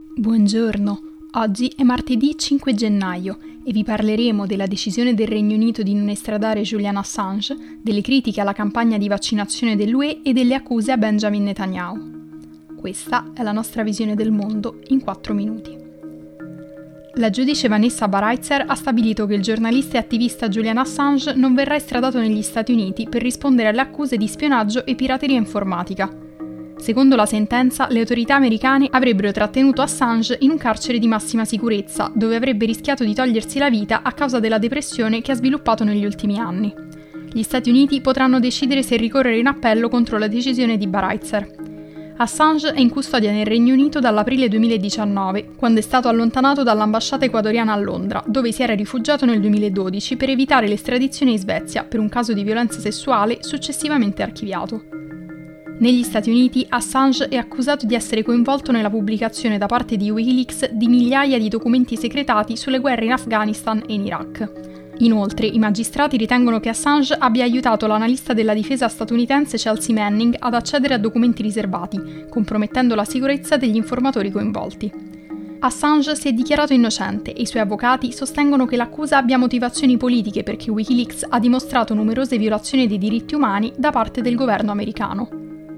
Buongiorno, oggi è martedì 5 gennaio e vi parleremo della decisione del Regno Unito di non estradare Julian Assange, delle critiche alla campagna di vaccinazione dell'UE e delle accuse a Benjamin Netanyahu. Questa è la nostra visione del mondo in 4 minuti. La giudice Vanessa Baraitser ha stabilito che il giornalista e attivista Julian Assange non verrà estradato negli Stati Uniti per rispondere alle accuse di spionaggio e pirateria informatica. Secondo la sentenza, le autorità americane avrebbero trattenuto Assange in un carcere di massima sicurezza, dove avrebbe rischiato di togliersi la vita a causa della depressione che ha sviluppato negli ultimi anni. Gli Stati Uniti potranno decidere se ricorrere in appello contro la decisione di Baraitser. Assange è in custodia nel Regno Unito dall'aprile 2019, quando è stato allontanato dall'ambasciata ecuadoriana a Londra, dove si era rifugiato nel 2012 per evitare l'estradizione in Svezia per un caso di violenza sessuale successivamente archiviato. Negli Stati Uniti, Assange è accusato di essere coinvolto nella pubblicazione da parte di Wikileaks di migliaia di documenti segretati sulle guerre in Afghanistan e in Iraq. Inoltre, i magistrati ritengono che Assange abbia aiutato l'analista della difesa statunitense Chelsea Manning ad accedere a documenti riservati, compromettendo la sicurezza degli informatori coinvolti. Assange si è dichiarato innocente e i suoi avvocati sostengono che l'accusa abbia motivazioni politiche perché Wikileaks ha dimostrato numerose violazioni dei diritti umani da parte del governo americano.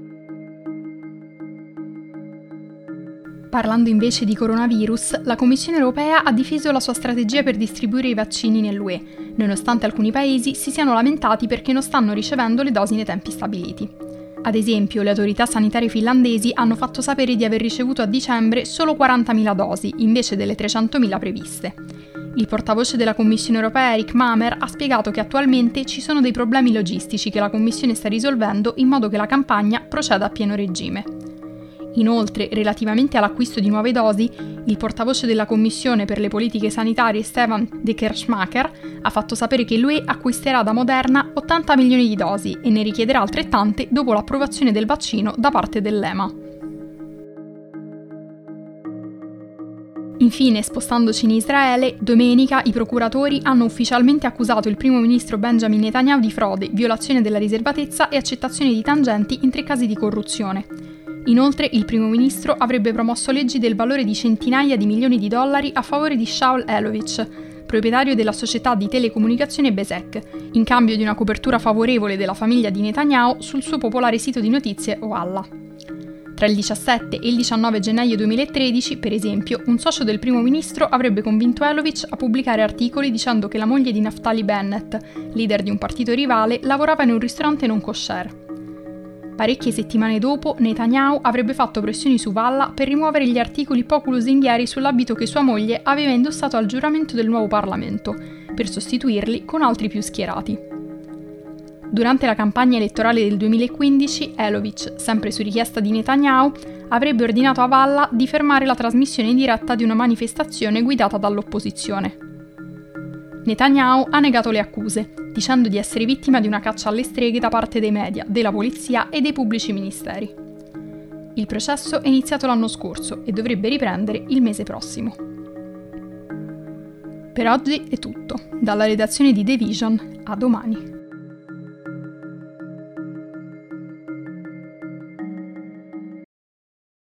Parlando invece di coronavirus, la Commissione europea ha difeso la sua strategia per distribuire i vaccini nell'UE, nonostante alcuni paesi si siano lamentati perché non stanno ricevendo le dosi nei tempi stabiliti. Ad esempio, le autorità sanitarie finlandesi hanno fatto sapere di aver ricevuto a dicembre solo 40.000 dosi, invece delle 300.000 previste. Il portavoce della Commissione europea Eric Mamer ha spiegato che attualmente ci sono dei problemi logistici che la Commissione sta risolvendo in modo che la campagna proceda a pieno regime. Inoltre, relativamente all'acquisto di nuove dosi, il portavoce della Commissione per le politiche sanitarie Stefan De Kerschmacher ha fatto sapere che l'UE acquisterà da Moderna 80 milioni di dosi e ne richiederà altrettante dopo l'approvazione del vaccino da parte dell'EMA. Infine, spostandoci in Israele, domenica i procuratori hanno ufficialmente accusato il primo ministro Benjamin Netanyahu di frode, violazione della riservatezza e accettazione di tangenti in 3 casi di corruzione. Inoltre, il primo ministro avrebbe promosso leggi del valore di centinaia di milioni di dollari a favore di Shaul Elovitch, proprietario della società di telecomunicazione Bezeq, in cambio di una copertura favorevole della famiglia di Netanyahu sul suo popolare sito di notizie Walla. Tra il 17 e il 19 gennaio 2013, per esempio, un socio del primo ministro avrebbe convinto Elovitch a pubblicare articoli dicendo che la moglie di Naftali Bennett, leader di un partito rivale, lavorava in un ristorante non kosher. Parecchie settimane dopo, Netanyahu avrebbe fatto pressioni su Walla per rimuovere gli articoli poco lusinghieri sull'abito che sua moglie aveva indossato al giuramento del nuovo Parlamento, per sostituirli con altri più schierati. Durante la campagna elettorale del 2015, Elovitch, sempre su richiesta di Netanyahu, avrebbe ordinato a Walla di fermare la trasmissione in diretta di una manifestazione guidata dall'opposizione. Netanyahu ha negato le accuse, dicendo di essere vittima di una caccia alle streghe da parte dei media, della polizia e dei pubblici ministeri. Il processo è iniziato l'anno scorso e dovrebbe riprendere il mese prossimo. Per oggi è tutto. Dalla redazione di The Vision, a domani.